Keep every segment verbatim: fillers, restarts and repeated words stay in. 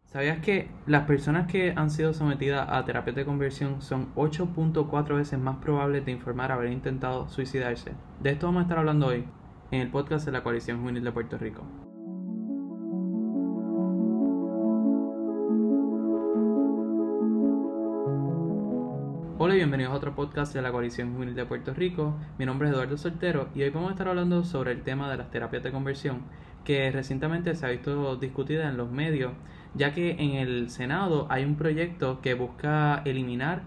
¿Sabías que las personas que han sido sometidas a terapia de conversión son ocho punto cuatro veces más probables de informar haber intentado suicidarse? De esto vamos a estar hablando hoy en el podcast de la Coalición Juvenil de Puerto Rico. Hola y bienvenidos a otro podcast de la Coalición Juvenil de Puerto Rico. Mi nombre es Eduardo Soltero y hoy vamos a estar hablando sobre el tema de las terapias de conversión, que recientemente se ha visto discutida en los medios, ya que en el Senado hay un proyecto que busca eliminar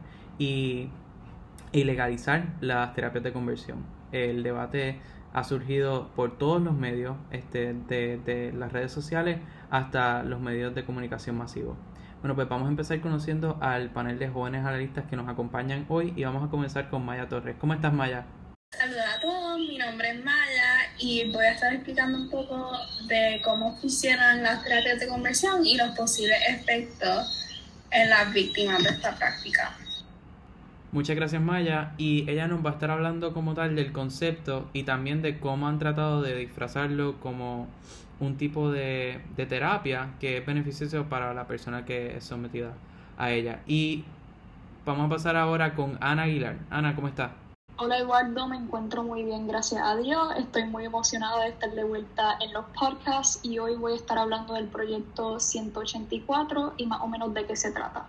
y ilegalizar las terapias de conversión. El debate ha surgido por todos los medios, este, de, de las redes sociales hasta los medios de comunicación masivos. Bueno, pues vamos a empezar conociendo al panel de jóvenes analistas que nos acompañan hoy y vamos a comenzar con Maya Torres. ¿Cómo estás, Maya? Saludos a todos, mi nombre es Maya y voy a estar explicando un poco de cómo funcionan las terapias de conversión y los posibles efectos en las víctimas de esta práctica. Muchas gracias, Maya, y ella nos va a estar hablando como tal del concepto y también de cómo han tratado de disfrazarlo como un tipo de, de terapia que es beneficioso para la persona que es sometida a ella. Y vamos a pasar ahora con Ana Aguilar. Ana, ¿cómo estás? Hola Eduardo, me encuentro muy bien, gracias a Dios. Estoy muy emocionada de estar de vuelta en los podcasts y hoy voy a estar hablando del proyecto ciento ochenta y cuatro y más o menos de qué se trata.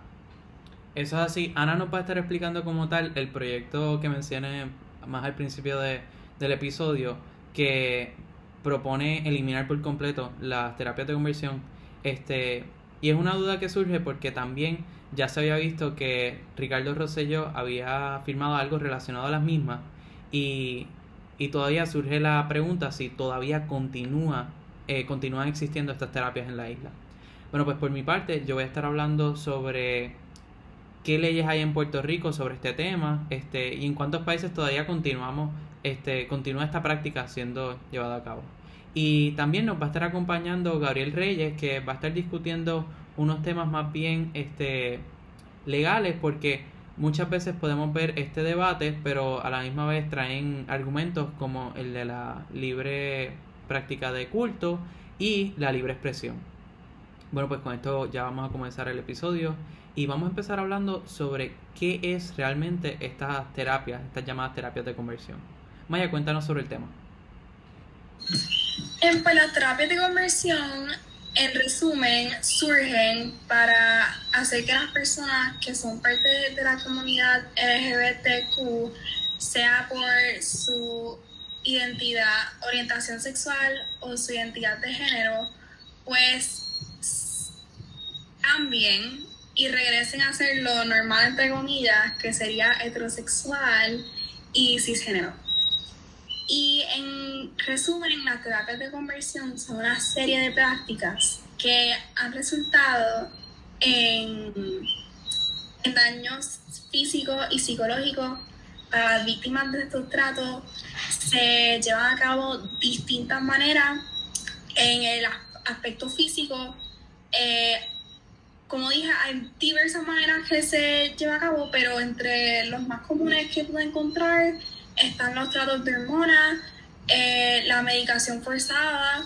Eso es así. Ana nos va a estar explicando como tal el proyecto que mencioné más al principio de, del episodio, que propone eliminar por completo las terapias de conversión. Este, y es una duda que surge porque también ya se había visto que Ricardo Rosselló había firmado algo relacionado a las mismas y, y todavía surge la pregunta si todavía continúa, eh, continúan existiendo estas terapias en la isla. Bueno, pues por mi parte yo voy a estar hablando sobre qué leyes hay en Puerto Rico sobre este tema, este, y en cuántos países todavía continuamos, este, continúa esta práctica siendo llevada a cabo. Y también nos va a estar acompañando Gabriel Reyes, que va a estar discutiendo unos temas más bien este, legales, porque muchas veces podemos ver este debate, pero a la misma vez traen argumentos como el de la libre práctica de culto y la libre expresión. Bueno, pues con esto ya vamos a comenzar el episodio y vamos a empezar hablando sobre qué es realmente estas terapias, estas llamadas terapias de conversión. Maya, cuéntanos sobre el tema. En pues, las terapias de conversión, en resumen, surgen para hacer que las personas que son parte de la comunidad L G B T Q, sea por su identidad, orientación sexual o su identidad de género, pues cambien y regresen a ser lo normal, entre comillas, que sería heterosexual y cisgénero. Y en resumen, las terapias de conversión son una serie de prácticas que han resultado en, en daños físicos y psicológicos para las víctimas de estos tratos. Se llevan a cabo distintas maneras en el aspecto físico. Eh, Como dije, hay diversas maneras que se lleva a cabo, pero entre los más comunes que pude encontrar están los tratos de hormonas, eh, la medicación forzada,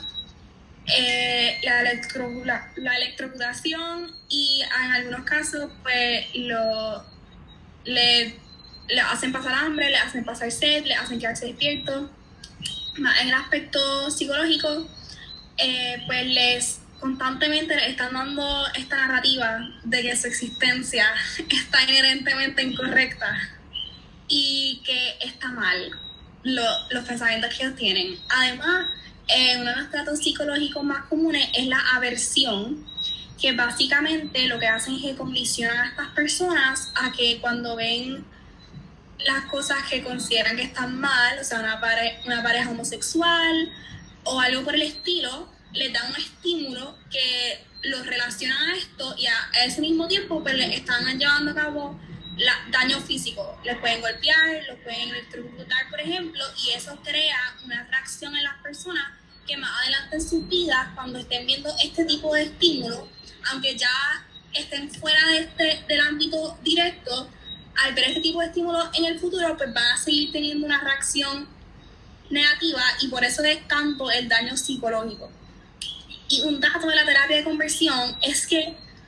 eh, la, electro, la, la electrocutación y en algunos casos pues lo, le, le hacen pasar hambre, le hacen pasar sed, le hacen quedarse despiertos. En el aspecto psicológico, eh, pues les constantemente le están dando esta narrativa de que su existencia está inherentemente incorrecta y que está mal lo, los pensamientos que ellos tienen. Además, eh, uno de los tratos psicológicos más comunes es la aversión, que básicamente lo que hacen es que condicionan a estas personas a que cuando ven las cosas que consideran que están mal, o sea, una, pare- una pareja homosexual o algo por el estilo, les dan un estímulo que los relaciona a esto y a, a ese mismo tiempo pues les están llevando a cabo la, daño físico. Les pueden golpear, los pueden electrocutar, por ejemplo, y eso crea una atracción en las personas que más adelante en sus vidas, cuando estén viendo este tipo de estímulo, aunque ya estén fuera de este, del ámbito directo, al ver este tipo de estímulos en el futuro, pues van a seguir teniendo una reacción negativa y por eso es tanto el daño psicológico. Y un dato de la terapia de conversión es que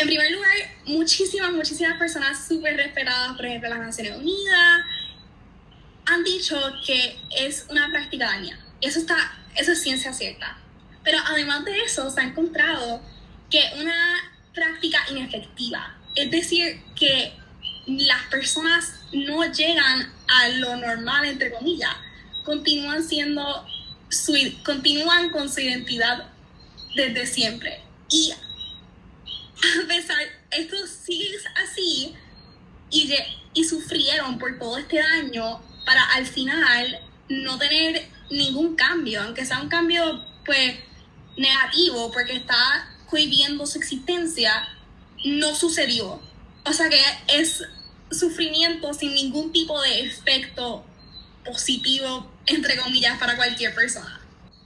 En primer lugar, muchísimas, muchísimas personas súper respetadas, por ejemplo, las Naciones Unidas, han dicho que es una práctica dañina. Eso, está, eso es ciencia cierta. Pero además de eso, se ha encontrado que una práctica inefectiva, es decir, que las personas no llegan a lo normal, entre comillas, continúan siendo su, continúan con su identidad desde siempre. Y a pesar, esto sigue así y, y sufrieron por todo este daño para al final no tener ningún cambio, aunque sea un cambio pues negativo porque está cohibiendo su existencia, no sucedió. O sea que es sufrimiento sin ningún tipo de efecto positivo, entre comillas, para cualquier persona.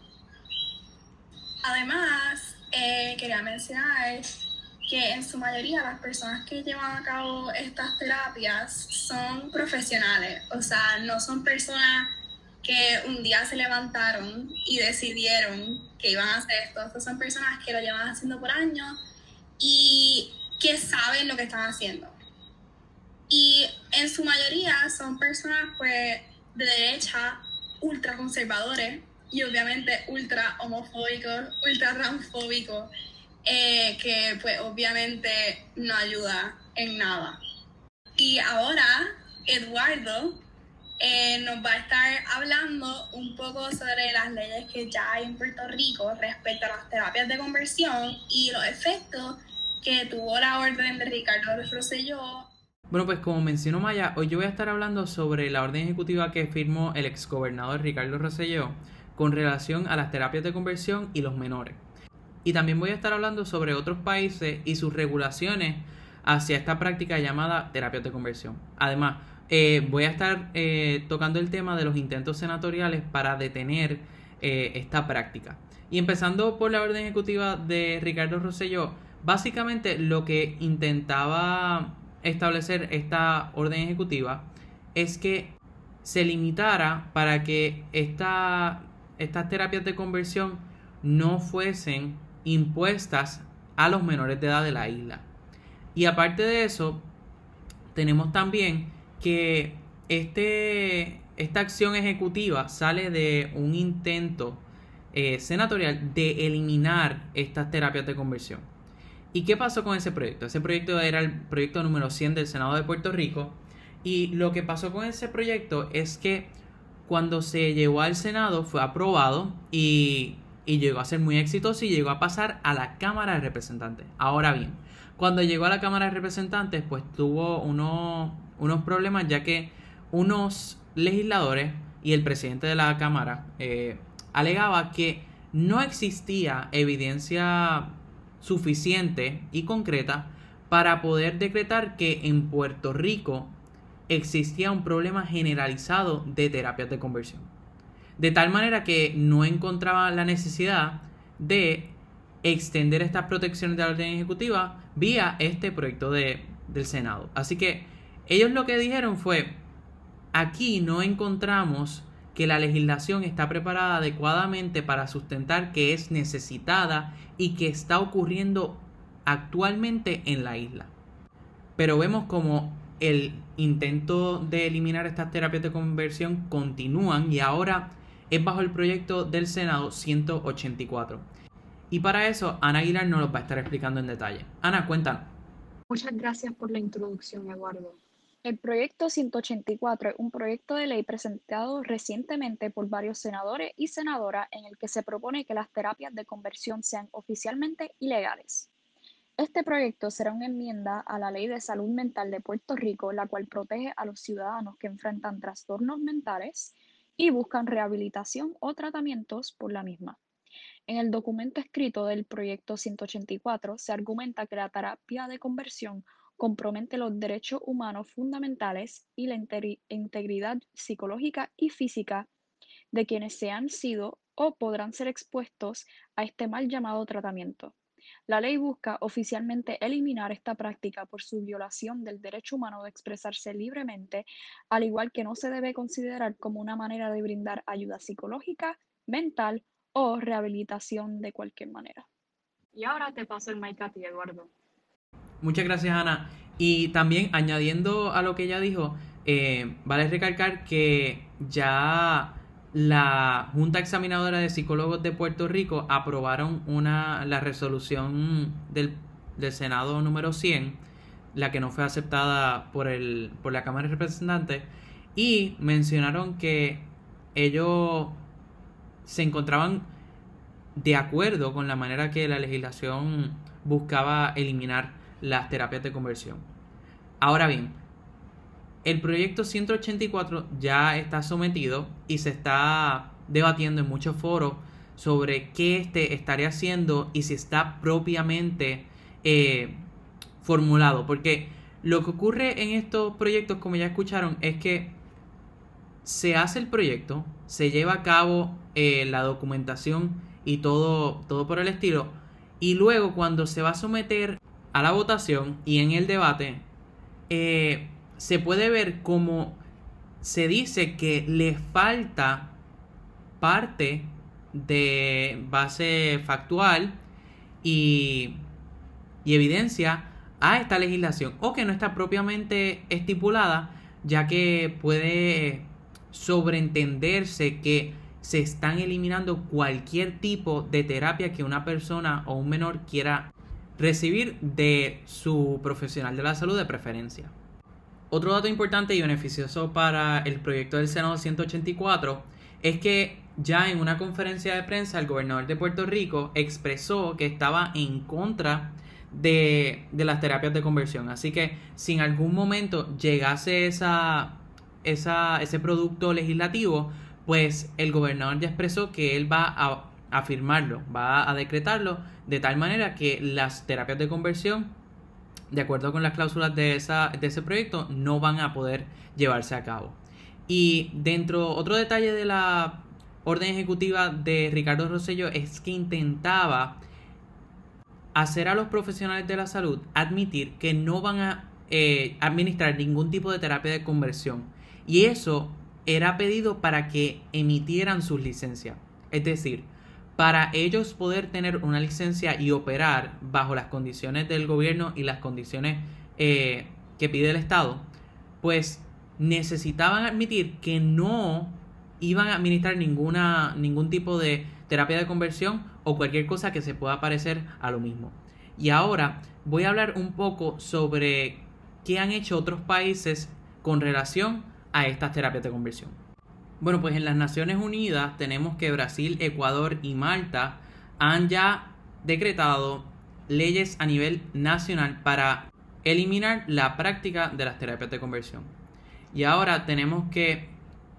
Además, eh, quería mencionar que en su mayoría las personas que llevan a cabo estas terapias son profesionales, o sea, no son personas que un día se levantaron y decidieron que iban a hacer esto. Estas son personas que lo llevan haciendo por años y que saben lo que están haciendo. Y en su mayoría son personas pues de derecha, ultra conservadores y obviamente ultra homofóbicos, ultra transfóbicos, eh, que pues obviamente no ayuda en nada. Y ahora Eduardo eh, nos va a estar hablando un poco sobre las leyes que ya hay en Puerto Rico respecto a las terapias de conversión y los efectos que tuvo la orden de Ricardo Rosselló. Bueno, pues como mencionó Maya, hoy yo voy a estar hablando sobre la orden ejecutiva que firmó el exgobernador Ricardo Rosselló con relación a las terapias de conversión y los menores. Y también voy a estar hablando sobre otros países y sus regulaciones hacia esta práctica llamada terapias de conversión. Además, eh, voy a estar eh, tocando el tema de los intentos senatoriales para detener eh, esta práctica. Y empezando por la orden ejecutiva de Ricardo Rosselló, básicamente lo que intentaba establecer esta orden ejecutiva es que se limitara para que esta, estas terapias de conversión no fuesen impuestas a los menores de edad de la isla. Y aparte de eso, tenemos también que este, esta acción ejecutiva sale de un intento eh, senatorial de eliminar estas terapias de conversión. ¿Y qué pasó con ese proyecto? Ese proyecto era el proyecto número cien del Senado de Puerto Rico. Y lo que pasó con ese proyecto es que cuando se llevó al Senado fue aprobado y, y llegó a ser muy exitoso y llegó a pasar a la Cámara de Representantes. Ahora bien, cuando llegó a la Cámara de Representantes pues tuvo unos, unos problemas, ya que unos legisladores y el presidente de la Cámara eh, alegaba que no existía evidencia suficiente y concreta para poder decretar que en Puerto Rico existía un problema generalizado de terapias de conversión. De tal manera que no encontraba la necesidad de extender estas protecciones de la orden ejecutiva vía este proyecto de, del Senado. Así que ellos lo que dijeron fue: aquí no encontramos que la legislación está preparada adecuadamente para sustentar que es necesitada y que está ocurriendo actualmente en la isla. Pero vemos como el intento de eliminar estas terapias de conversión continúan y ahora es bajo el proyecto del Senado ciento ochenta y cuatro. Y para eso Ana Aguilar nos lo va a estar explicando en detalle. Ana, cuéntanos. Muchas gracias por la introducción, Eduardo. El proyecto ciento ochenta y cuatro es un proyecto de ley presentado recientemente por varios senadores y senadoras en el que se propone que las terapias de conversión sean oficialmente ilegales. Este proyecto será una enmienda a la Ley de Salud Mental de Puerto Rico, la cual protege a los ciudadanos que enfrentan trastornos mentales y buscan rehabilitación o tratamientos por la misma. En el documento escrito del proyecto ciento ochenta y cuatro se argumenta que la terapia de conversión compromete los derechos humanos fundamentales y la integridad psicológica y física de quienes se han sido o podrán ser expuestos a este mal llamado tratamiento. La ley busca oficialmente eliminar esta práctica por su violación del derecho humano de expresarse libremente, al igual que no se debe considerar como una manera de brindar ayuda psicológica, mental o rehabilitación de cualquier manera. Y ahora te paso el mic a ti, Eduardo. Muchas gracias, Ana. Y también añadiendo a lo que ella dijo, eh, vale recalcar que ya la Junta Examinadora de Psicólogos de Puerto Rico aprobaron una, la resolución del, del Senado número cien, la que no fue aceptada por, el, por la Cámara de Representantes, y mencionaron que ellos se encontraban de acuerdo con la manera que la legislación buscaba eliminar las terapias de conversión. Ahora bien, el proyecto ciento ochenta y cuatro ya está sometido y se está debatiendo en muchos foros sobre qué este estaría haciendo y si está propiamente eh, formulado. Porque lo que ocurre en estos proyectos, como ya escucharon, es que se hace el proyecto, se lleva a cabo eh, la documentación y todo, todo por el estilo, y luego cuando se va a someter a la votación y en el debate, eh, se puede ver como se dice que le falta parte de base factual y, y evidencia a esta legislación, o que no está propiamente estipulada, ya que puede sobreentenderse que se están eliminando cualquier tipo de terapia que una persona o un menor quiera recibir de su profesional de la salud de preferencia. Otro dato importante y beneficioso para el proyecto del Senado ciento ochenta y cuatro es que ya en una conferencia de prensa el gobernador de Puerto Rico expresó que estaba en contra de, de las terapias de conversión. Así que si en algún momento llegase esa, esa, ese producto legislativo, pues el gobernador ya expresó que él va a, a firmarlo, va a decretarlo de tal manera que las terapias de conversión, de acuerdo con las cláusulas de, esa, de ese proyecto, no van a poder llevarse a cabo. Y dentro, otro detalle de la orden ejecutiva de Ricardo Rosselló es que intentaba hacer a los profesionales de la salud admitir que no van a eh, administrar ningún tipo de terapia de conversión. Y eso era pedido para que emitieran sus licencias. Es decir, para ellos poder tener una licencia y operar bajo las condiciones del gobierno y las condiciones eh, que pide el Estado, pues necesitaban admitir que no iban a administrar ninguna, ningún tipo de terapia de conversión o cualquier cosa que se pueda parecer a lo mismo. Y ahora voy a hablar un poco sobre qué han hecho otros países con relación a estas terapias de conversión. Bueno, pues en las Naciones Unidas tenemos que Brasil, Ecuador y Malta han ya decretado leyes a nivel nacional para eliminar la práctica de las terapias de conversión. Y ahora tenemos que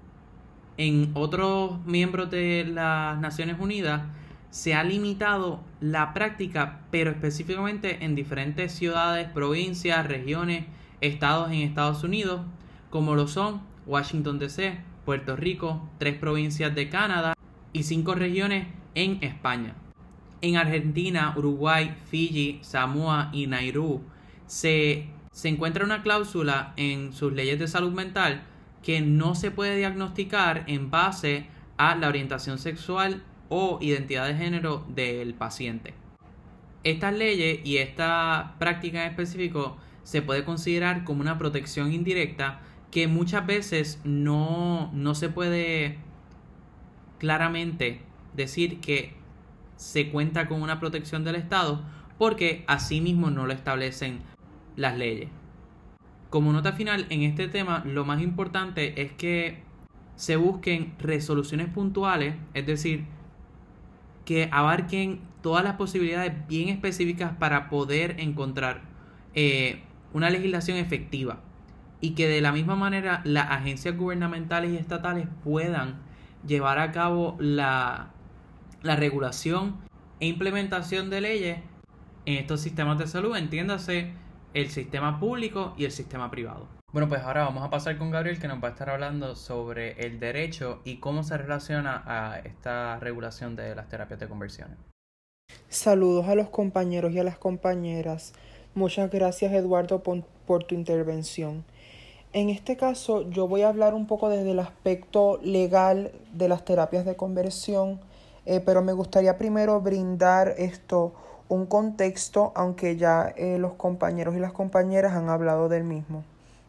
en otros miembros de las Naciones Unidas se ha limitado la práctica, pero específicamente en diferentes ciudades, provincias, regiones, estados en Estados Unidos, como lo son Washington D C, Puerto Rico, tres provincias de Canadá y cinco regiones en España. En Argentina, Uruguay, Fiji, Samoa y Nauru se, se encuentra una cláusula en sus leyes de salud mental que no se puede diagnosticar en base a la orientación sexual o identidad de género del paciente. Estas leyes y esta práctica en específico se puede considerar como una protección indirecta que muchas veces no, no se puede claramente decir que se cuenta con una protección del Estado porque asimismo no lo establecen las leyes. Como nota final en este tema, lo más importante es que se busquen resoluciones puntuales, es decir, que abarquen todas las posibilidades bien específicas para poder encontrar eh, una legislación efectiva y que de la misma manera las agencias gubernamentales y estatales puedan llevar a cabo la, la regulación e implementación de leyes en estos sistemas de salud, entiéndase el sistema público y el sistema privado. Bueno, pues ahora vamos a pasar con Gabriel, que nos va a estar hablando sobre el derecho y cómo se relaciona a esta regulación de las terapias de conversión. Saludos a los compañeros y a las compañeras. Muchas gracias, Eduardo, por, por tu intervención. En este caso, yo voy a hablar un poco desde el aspecto legal de las terapias de conversión, eh, pero me gustaría primero brindar esto un contexto, aunque ya eh, los compañeros y las compañeras han hablado del mismo.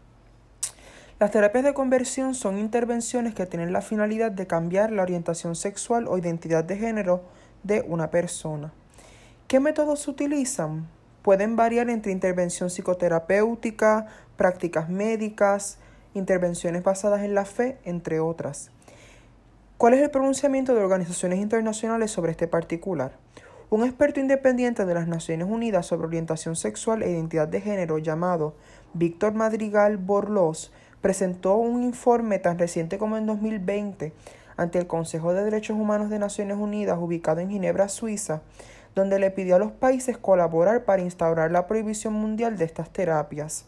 Las terapias de conversión son intervenciones que tienen la finalidad de cambiar la orientación sexual o identidad de género de una persona. ¿Qué métodos se utilizan? Pueden variar entre intervención psicoterapéutica, prácticas médicas, intervenciones basadas en la fe, entre otras. ¿Cuál es el pronunciamiento de organizaciones internacionales sobre este particular? Un experto independiente de las Naciones Unidas sobre orientación sexual e identidad de género llamado Víctor Madrigal Borlós presentó un informe tan reciente como en dos mil veinte ante el Consejo de Derechos Humanos de Naciones Unidas ubicado en Ginebra, Suiza, donde le pidió a los países colaborar para instaurar la prohibición mundial de estas terapias.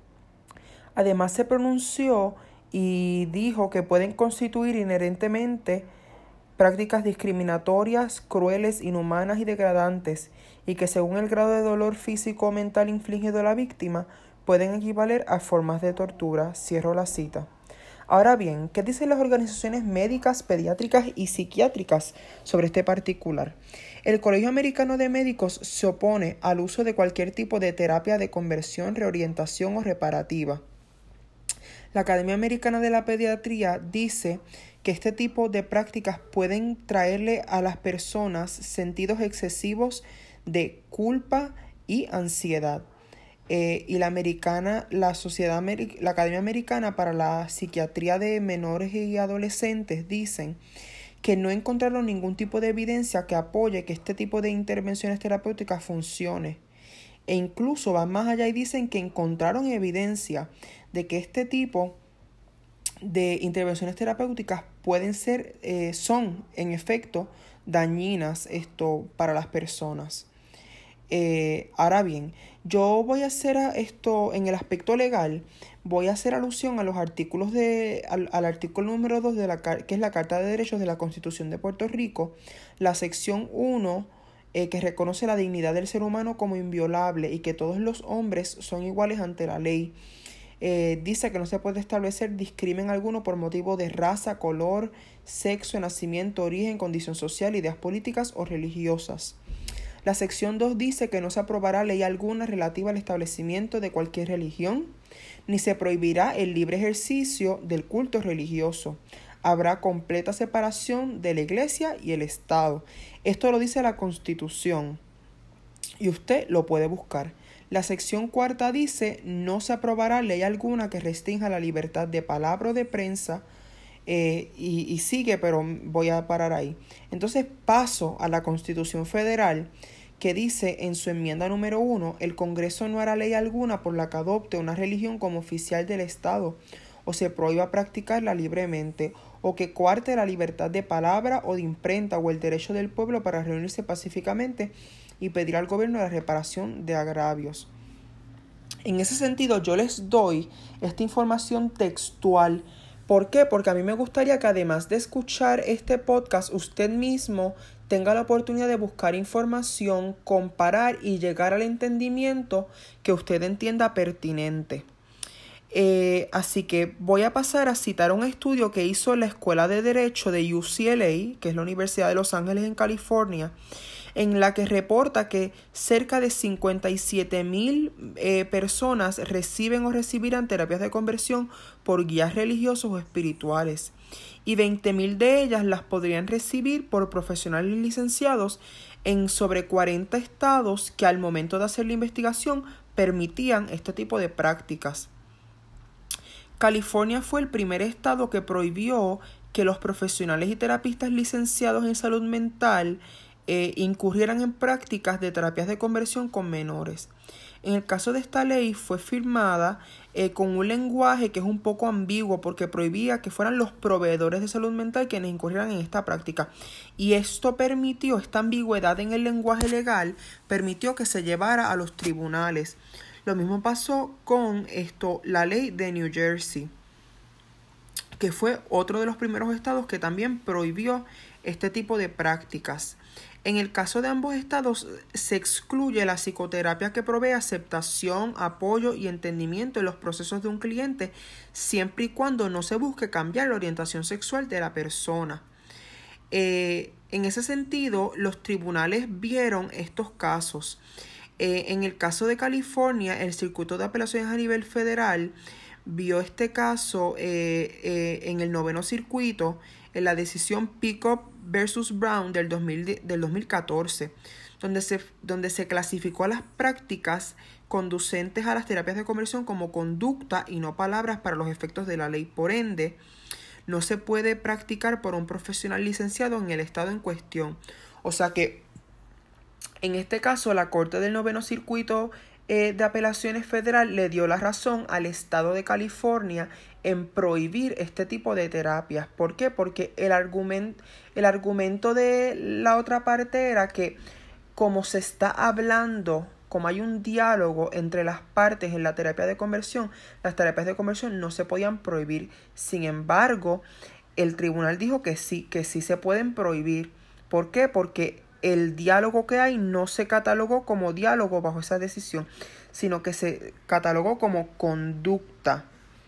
Además se pronunció y dijo que pueden constituir inherentemente prácticas discriminatorias, crueles, inhumanas y degradantes, y que según el grado de dolor físico o mental infligido a la víctima, pueden equivaler a formas de tortura. Cierro la cita. Ahora bien, ¿qué dicen las organizaciones médicas, pediátricas y psiquiátricas sobre este particular? El Colegio Americano de Médicos se opone al uso de cualquier tipo de terapia de conversión, reorientación o reparativa. La Academia Americana de la Pediatría dice que este tipo de prácticas pueden traerle a las personas sentidos excesivos de culpa y ansiedad. Eh, y la americana, la sociedad, la Academia Americana para la Psiquiatría de Menores y Adolescentes dicen que no encontraron ningún tipo de evidencia que apoye que este tipo de intervenciones terapéuticas funcione. E incluso van más allá y dicen que encontraron evidencia de que este tipo de intervenciones terapéuticas pueden ser, eh, son en efecto dañinas esto para las personas. Eh, ahora bien, yo voy a hacer esto en el aspecto legal, voy a hacer alusión a los artículos de, al, al artículo número dos de la que es la Carta de Derechos de la Constitución de Puerto Rico, la sección uno, eh, que reconoce la dignidad del ser humano como inviolable y que todos los hombres son iguales ante la ley. Eh, dice que no se puede establecer discrimen alguno por motivo de raza, color, sexo, nacimiento, origen, condición social, ideas políticas o religiosas. La sección dos dice que no se aprobará ley alguna relativa al establecimiento de cualquier religión, ni se prohibirá el libre ejercicio del culto religioso. Habrá completa separación de la Iglesia y el Estado. Esto lo dice la Constitución y usted lo puede buscar. La sección cuarta dice no se aprobará ley alguna que restrinja la libertad de palabra o de prensa. Eh, y, y sigue, pero voy a parar ahí. Entonces paso a la Constitución Federal, que dice en su enmienda número uno, el Congreso no hará ley alguna por la que adopte una religión como oficial del Estado, o se prohíba practicarla libremente, o que coarte la libertad de palabra o de imprenta o el derecho del pueblo para reunirse pacíficamente y pedir al gobierno la reparación de agravios. En ese sentido, yo les doy esta información textual. ¿Por qué? Porque a mí me gustaría que además de escuchar este podcast, usted mismo tenga la oportunidad de buscar información, comparar y llegar al entendimiento que usted entienda pertinente. Eh, así que voy a pasar a citar un estudio que hizo la Escuela de Derecho de U C L A, que es la Universidad de Los Ángeles en California, en la que reporta que cerca de cincuenta y siete mil eh, personas reciben o recibirán terapias de conversión por guías religiosos o espirituales, y veinte mil de ellas las podrían recibir por profesionales licenciados en sobre cuarenta estados que al momento de hacer la investigación permitían este tipo de prácticas. California fue el primer estado que prohibió que los profesionales y terapistas licenciados en salud mental Eh, incurrieran en prácticas de terapias de conversión con menores. En el caso de esta ley fue firmada eh, con un lenguaje que es un poco ambiguo porque prohibía que fueran los proveedores de salud mental quienes incurrieran en esta práctica. Y esto permitió, esta ambigüedad en el lenguaje legal, permitió que se llevara a los tribunales. Lo mismo pasó con esto, la ley de New Jersey, que fue otro de los primeros estados que también prohibió este tipo de prácticas. En el caso de ambos estados se excluye la psicoterapia que provee aceptación, apoyo y entendimiento en los procesos de un cliente, siempre y cuando no se busque cambiar la orientación sexual de la persona. Eh, En ese sentido, los tribunales vieron estos casos. Eh, en el caso de California, el Circuito de Apelaciones a nivel federal vio este caso eh, eh, en el noveno circuito, en la decisión Pickup versus Brown del, dos mil, del dos mil catorce, donde se, donde se clasificó a las prácticas conducentes a las terapias de conversión como conducta y no palabras para los efectos de la ley. Por ende, no se puede practicar por un profesional licenciado en el estado en cuestión. O sea que, en este caso, la Corte del Noveno Circuito eh, de Apelaciones Federal le dio la razón al estado de California en prohibir este tipo de terapias. ¿Por qué? Porque el, argument, el argumento de la otra parte era que, como se está hablando, como hay un diálogo entre las partes en la terapia de conversión, las terapias de conversión no se podían prohibir. Sin embargo, el tribunal dijo que sí, que sí se pueden prohibir. ¿Por qué? Porque el diálogo que hay no se catalogó como diálogo bajo esa decisión, sino que se catalogó como conducta.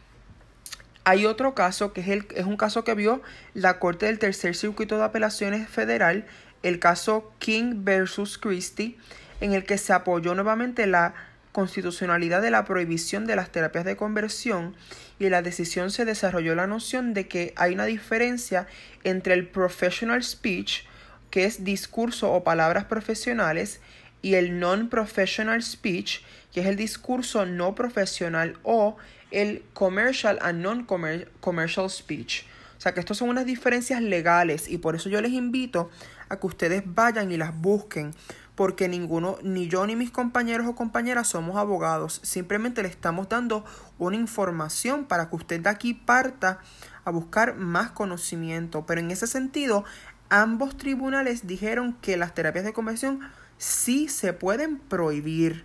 Hay otro caso que es, el, es un caso que vio la Corte del Tercer Circuito de Apelaciones Federal, el caso King versus Christie, en el que se apoyó nuevamente la constitucionalidad de la prohibición de las terapias de conversión, y en la decisión se desarrolló la noción de que hay una diferencia entre el professional speech, que es discurso o palabras profesionales, y el non-professional speech, que es el discurso no profesional, o el commercial and non-commercial speech. O sea que estas son unas diferencias legales, y por eso yo les invito a que ustedes vayan y las busquen, porque ninguno, ni yo ni mis compañeros o compañeras somos abogados. Simplemente le estamos dando una información para que usted de aquí parta a buscar más conocimiento. Pero en ese sentido, ambos tribunales dijeron que las terapias de conversión sí se pueden prohibir.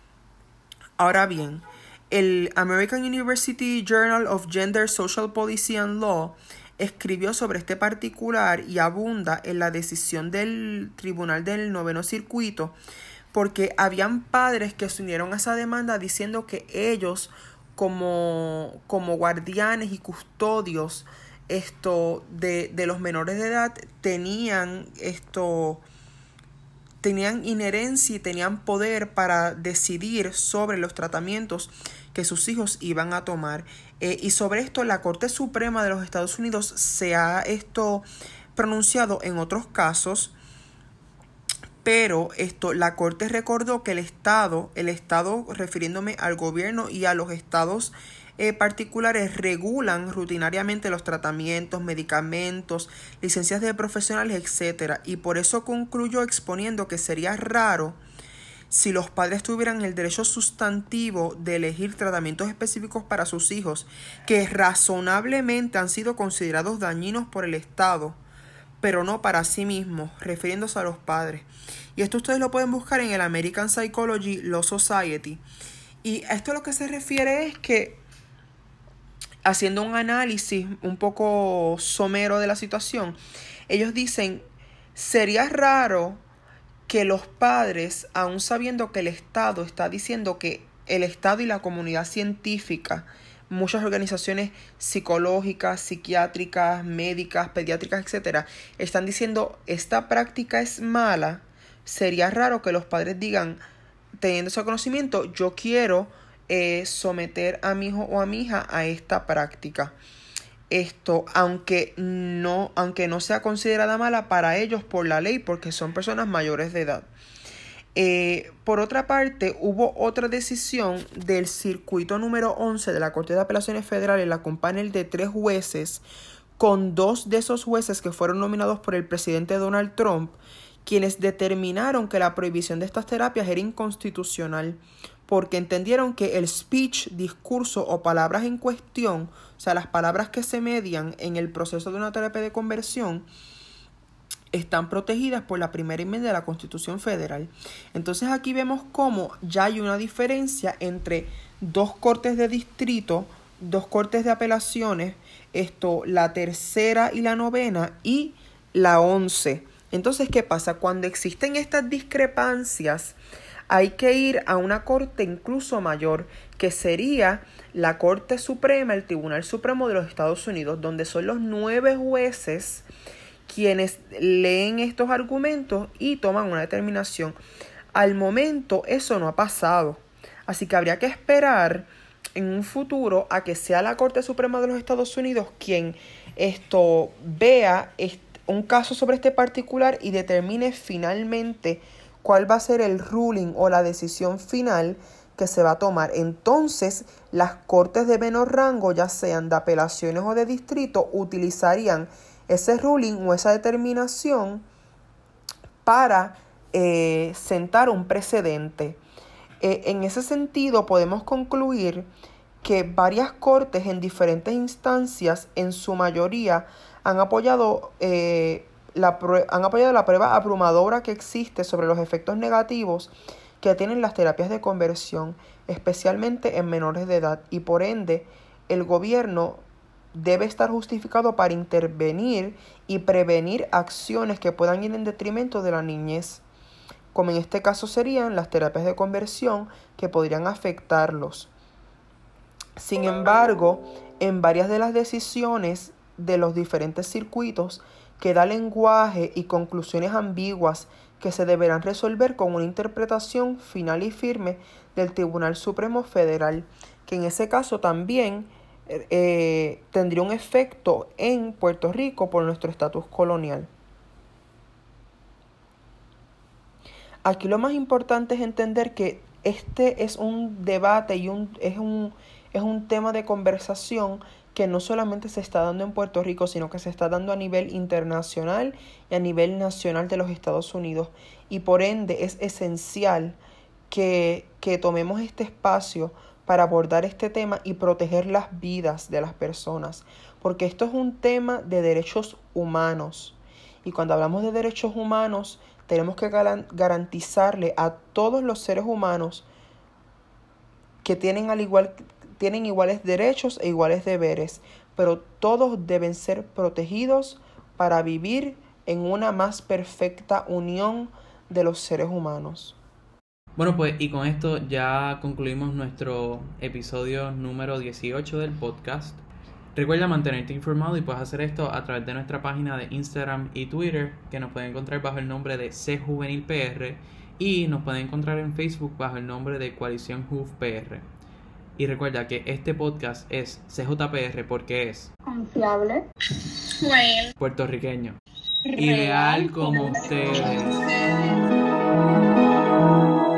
Ahora bien, el American University Journal of Gender, Social Policy and Law escribió sobre este particular y abunda en la decisión del Tribunal del Noveno Circuito, porque habían padres que se unieron a esa demanda diciendo que ellos, como, como guardianes y custodios esto, de, de los menores de edad, tenían esto... tenían inherencia y tenían poder para decidir sobre los tratamientos que sus hijos iban a tomar. Eh, y sobre esto la Corte Suprema de los Estados Unidos se ha esto pronunciado en otros casos, pero esto la Corte recordó que el Estado, el Estado refiriéndome al gobierno y a los estados Eh, particulares, regulan rutinariamente los tratamientos, medicamentos, licencias de profesionales, etcétera. Y por eso concluyó exponiendo que sería raro si los padres tuvieran el derecho sustantivo de elegir tratamientos específicos para sus hijos, que razonablemente han sido considerados dañinos por el Estado, pero no para sí mismos, refiriéndose a los padres. Y esto ustedes lo pueden buscar en el American Psychology Law Society. Y a esto lo que se refiere es que, haciendo un análisis un poco somero de la situación, ellos dicen, sería raro que los padres, aun sabiendo que el Estado está diciendo que el Estado y la comunidad científica, muchas organizaciones psicológicas, psiquiátricas, médicas, pediátricas, etcétera, están diciendo esta práctica es mala, sería raro que los padres digan, teniendo ese conocimiento, yo quiero Eh, someter a mi hijo o a mi hija a esta práctica. Esto, aunque no, aunque no sea considerada mala para ellos por la ley, porque son personas mayores de edad. Eh, por otra parte, hubo otra decisión del circuito número once de la Corte de Apelaciones Federales, la con panel de tres jueces, con dos de esos jueces que fueron nominados por el presidente Donald Trump, quienes determinaron que la prohibición de estas terapias era inconstitucional, porque entendieron que el speech, discurso o palabras en cuestión, o sea, las palabras que se median en el proceso de una terapia de conversión, están protegidas por la primera enmienda de la Constitución Federal. Entonces aquí vemos cómo ya hay una diferencia entre dos cortes de distrito, dos cortes de apelaciones, esto, la tercera y la novena y la once. Entonces, ¿qué pasa? Cuando existen estas discrepancias, hay que ir a una corte incluso mayor, que sería la Corte Suprema, el Tribunal Supremo de los Estados Unidos, donde son los nueve jueces quienes leen estos argumentos y toman una determinación. Al momento eso no ha pasado, así que habría que esperar en un futuro a que sea la Corte Suprema de los Estados Unidos quien esto vea un caso sobre este particular y determine finalmente cuál va a ser el ruling o la decisión final que se va a tomar. Entonces, las cortes de menor rango, ya sean de apelaciones o de distrito, utilizarían ese ruling o esa determinación para eh, sentar un precedente. Eh, en ese sentido, podemos concluir que varias cortes en diferentes instancias, en su mayoría, han apoyado, eh, la, han apoyado la prueba abrumadora que existe sobre los efectos negativos que tienen las terapias de conversión, especialmente en menores de edad, y por ende, el gobierno debe estar justificado para intervenir y prevenir acciones que puedan ir en detrimento de la niñez, como en este caso serían las terapias de conversión que podrían afectarlos. Sin embargo, en varias de las decisiones de los diferentes circuitos queda lenguaje y conclusiones ambiguas que se deberán resolver con una interpretación final y firme del Tribunal Supremo Federal, que en ese caso también eh, tendría un efecto en Puerto Rico por nuestro estatus colonial. Aquí lo más importante es entender que este es un debate y un, es, un, es un tema de conversación que no solamente se está dando en Puerto Rico, sino que se está dando a nivel internacional y a nivel nacional de los Estados Unidos. Y por ende es esencial que, que tomemos este espacio para abordar este tema y proteger las vidas de las personas, porque esto es un tema de derechos humanos. Y cuando hablamos de derechos humanos, tenemos que garantizarle a todos los seres humanos que tienen, al igual, tienen iguales derechos e iguales deberes, pero todos deben ser protegidos para vivir en una más perfecta unión de los seres humanos. Bueno, pues y con esto ya concluimos nuestro episodio número dieciocho del podcast. Recuerda mantenerte informado y puedes hacer esto a través de nuestra página de Instagram y Twitter, que nos pueden encontrar bajo el nombre de C Juvenil P R, y nos pueden encontrar en Facebook bajo el nombre de Coalición Juv P R. Y recuerda que este podcast es C J P R porque es confiable, Bueno. puertorriqueño y real como ustedes.